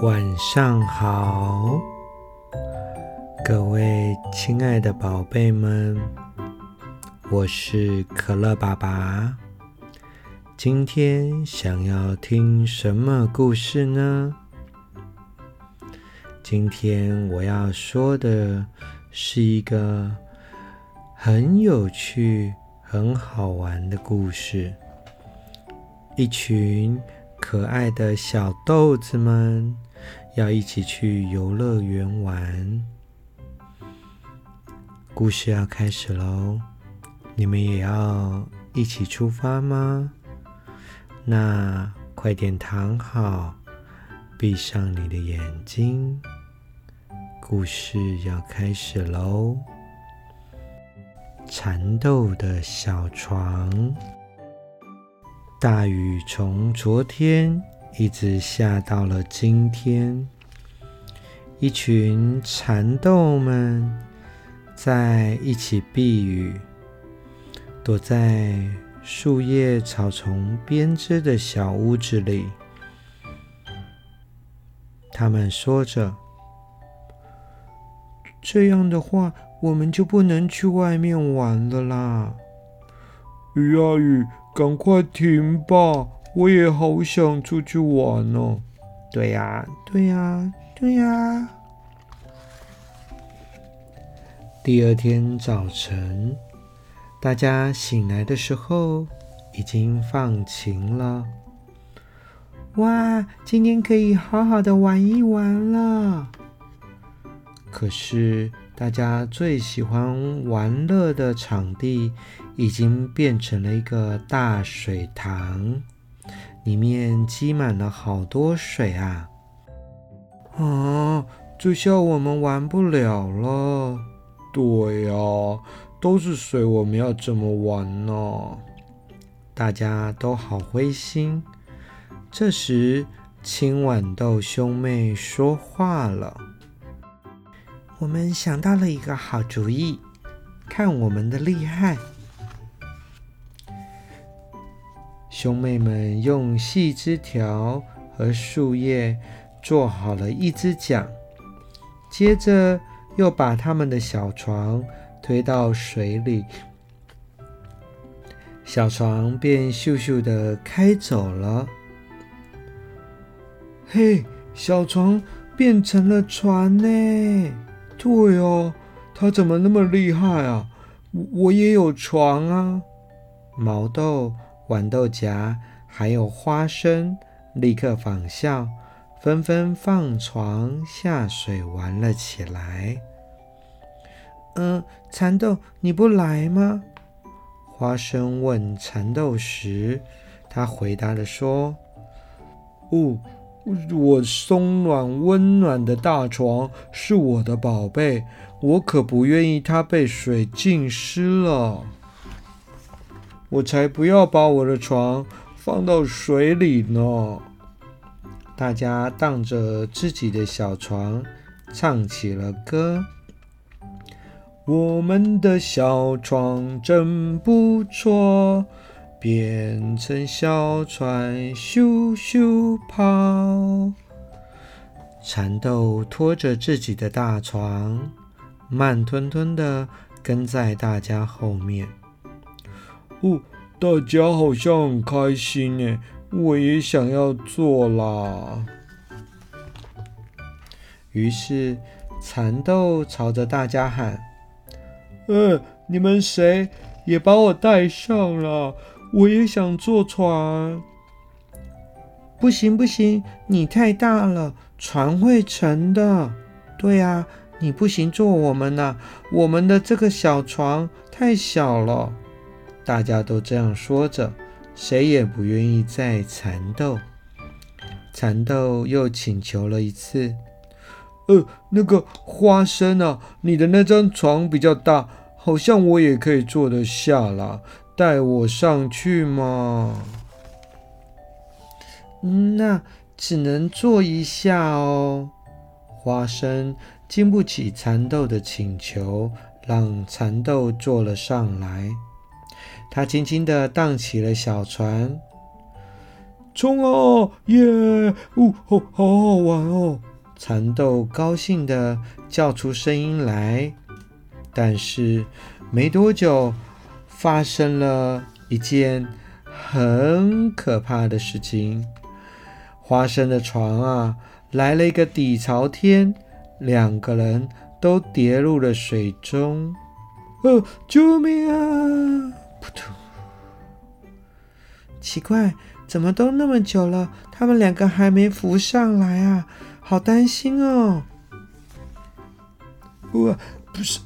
晚上好，各位亲爱的宝贝们，我是可乐爸爸。今天想要听什么故事呢？今天我要说的是一个很有趣、很好玩的故事。一群可爱的小豆子们要一起去游乐园玩。故事要开始咯，你们也要一起出发吗？那快点躺好，闭上你的眼睛，故事要开始咯。蚕豆的小床。大雨从昨天一直下到了今天，一群蚕豆们在一起避雨，躲在树叶草丛编织的小屋子里。他们说着，这样的话我们就不能去外面玩了啦。 雨啊雨，赶快停吧，我也好想出去玩哦。 对呀，对呀，对呀。第二天早晨，大家醒来的时候已经放晴了。哇，今天可以好好的玩一玩了。可是大家最喜欢玩乐的场地已经变成了一个大水塘，里面积满了好多水啊！ 这下我们玩不了了。对呀，都是水，我们要怎么玩呢？ 大家都好灰心。这时，青豌豆兄妹说话了。我们想到了一个好主意，看我们的厉害！兄妹们用细枝条和树叶做好了一只桨，接着又把他们的小床推到水里，小床便咻咻地开走了。 嘿，小床变成了船呢！对哦，它怎么那么厉害啊？我也有床啊！ 毛豆、豌豆荚还有花生立刻仿效，纷纷放床下水玩了起来。蚕豆你不来吗？花生问蚕豆时，他回答地说： 我松软温暖的大床是我的宝贝，我可不愿意它被水浸湿了。我才不要把我的床放到水里呢！ 大家荡着自己的小床，唱起了歌。 我们的小床真不错，变成小船咻咻跑。 蚕豆拖着自己的大床，慢吞吞地跟在大家后面。 大家好像很开心耶，我也想要做啦。 于是蚕豆朝着大家喊： 你们谁也把我带上了，我也想坐船。 不行不行，你太大了，船会沉的。对啊，你不行坐我们啊，我们的这个小床太小了。大家都这样说着，谁也不愿意载蚕豆。蚕豆又请求了一次： 那个花生啊，你的那张床比较大，好像我也可以坐得下啦，带我上去嘛。 那只能坐一下哦。花生经不起蚕豆的请求，让蚕豆坐了上来。他轻轻地荡起了小船， 冲啊！耶！好好玩哦！ 蚕豆高兴地叫出声音来。但是没多久，发生了一件很可怕的事情。花生的床啊，来了一个底朝天，两个人都跌入了水中。 救命啊！ 扑通！奇怪，怎么都那么久了，他们两个还没浮上来啊？好担心哦！ 不是，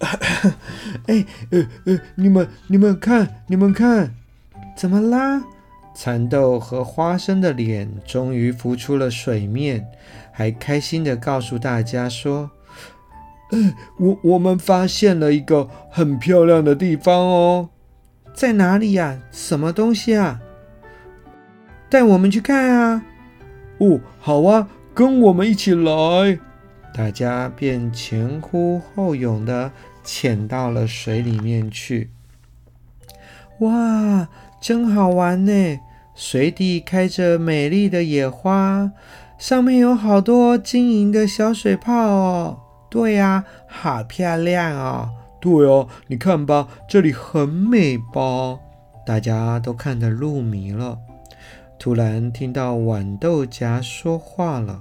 你们看， 怎么啦？蚕豆和花生的脸终于浮出了水面，还开心地告诉大家说：“ 我们发现了一个很漂亮的地方哦。” 在哪里呀？什么东西啊？带我们去看啊！ 好啊，跟我们一起来。 大家便前呼后拥地潜到了水里面去。哇，真好玩呢！水底开着美丽的野花，上面有好多晶莹的小水泡哦。对呀，好漂亮哦。 对哦，你看吧，这里很美吧？ 大家都看得入迷了。突然听到豌豆荚说话了。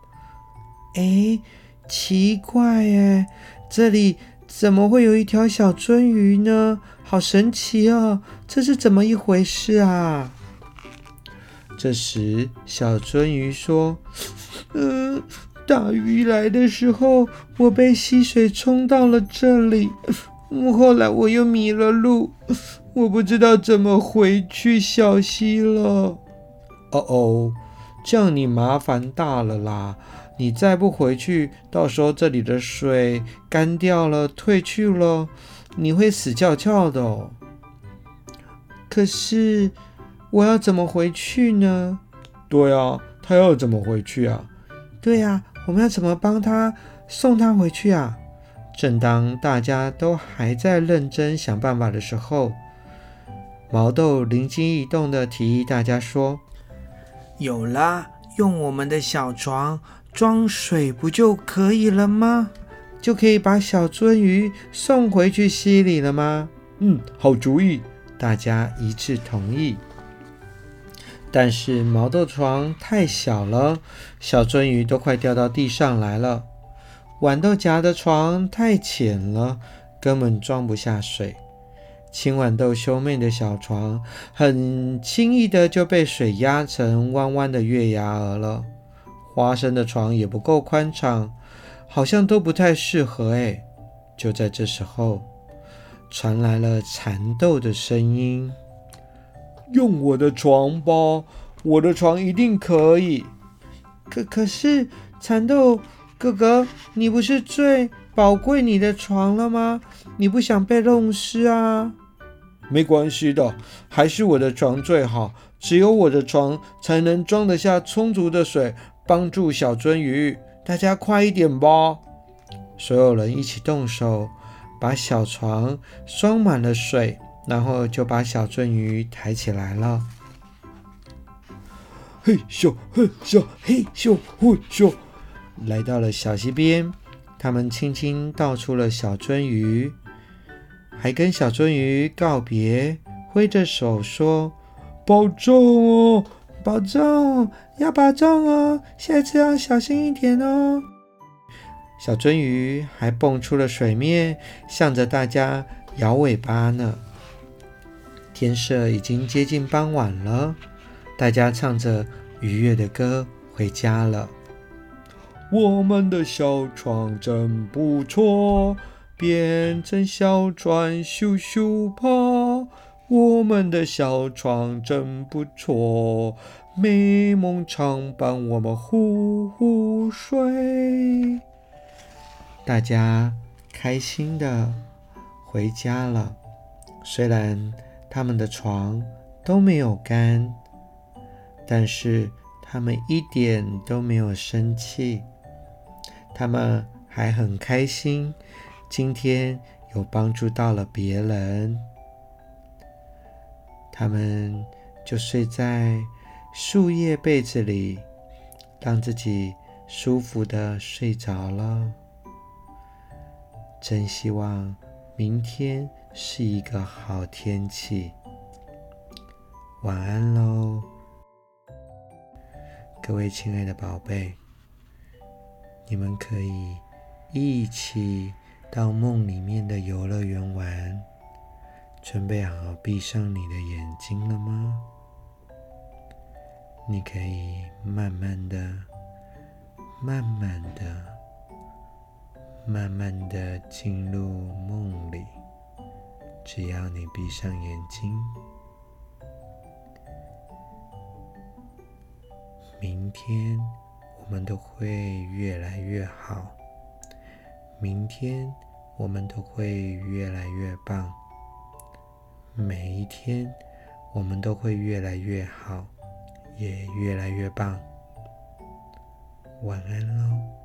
奇怪耶，这里怎么会有一条小鳟鱼呢？好神奇哦，这是怎么一回事啊？这时小鳟鱼说：大鱼来的时候，我被溪水冲到了这里，后来我又迷了路，我不知道怎么回去小溪了。这样你麻烦大了啦！你再不回去，到时候这里的水干掉了，退去了，你会死翘翘的哦。可是我要怎么回去呢？ 对啊，他要怎么回去啊？ 对啊，我们要怎么帮他送他回去啊？正当大家都还在认真想办法的时候，毛豆灵机一动的提议大家说：有啦，用我们的小床装水不就可以了吗？就可以把小鳟鱼送回去溪里了吗？ 好主意， 大家一致同意。但是毛豆床太小了，小鳟鱼都快掉到地上来了。豌豆荚的床太浅了，根本装不下水。青豌豆兄妹的小床很轻易的就被水压成弯弯的月牙儿了。花生的床也不够宽敞，好像都不太适合。就在这时候，传来了蚕豆的声音： 用我的床吧，我的床一定可以。 可是蚕豆哥哥，你不是最宝贵你的床了吗？你不想被弄湿啊？ 没关系的，还是我的床最好，只有我的床才能装得下充足的水，帮助小鳟鱼。大家快一点吧！ 所有人一起动手，把小床装满了水，然后就把小鳟鱼抬起来了。 嘿咻嘿咻嘿咻嘿咻， 来到了小溪边，他们轻轻倒出了小鳟鱼，还跟小鳟鱼告别，挥着手说： 保重哦， 保重，要保重哦，下次要小心一点哦。小鳟鱼还蹦出了水面，向着大家摇尾巴呢。天色已经接近傍晚了，大家唱着愉悦的歌回家了。 我们的小床真不错，变成小船咻咻跑。我们的小床真不错，美梦常伴我们呼呼睡。 大家开心的回家了，虽然他们的床都没有干，但是他们一点都没有生气，他们还很开心，今天有帮助到了别人。他们就睡在树叶被子里，让自己舒服的睡着了。真希望明天是一个好天气。晚安喽，各位亲爱的宝贝，你们可以一起到梦里面的游乐园玩，准备好闭上你的眼睛了吗？你可以慢慢的、慢慢的、慢慢的进入梦里，只要你闭上眼睛。明天我们都会越来越好，明天我们都会越来越棒，每一天我们都会越来越好，也越来越棒。晚安喽。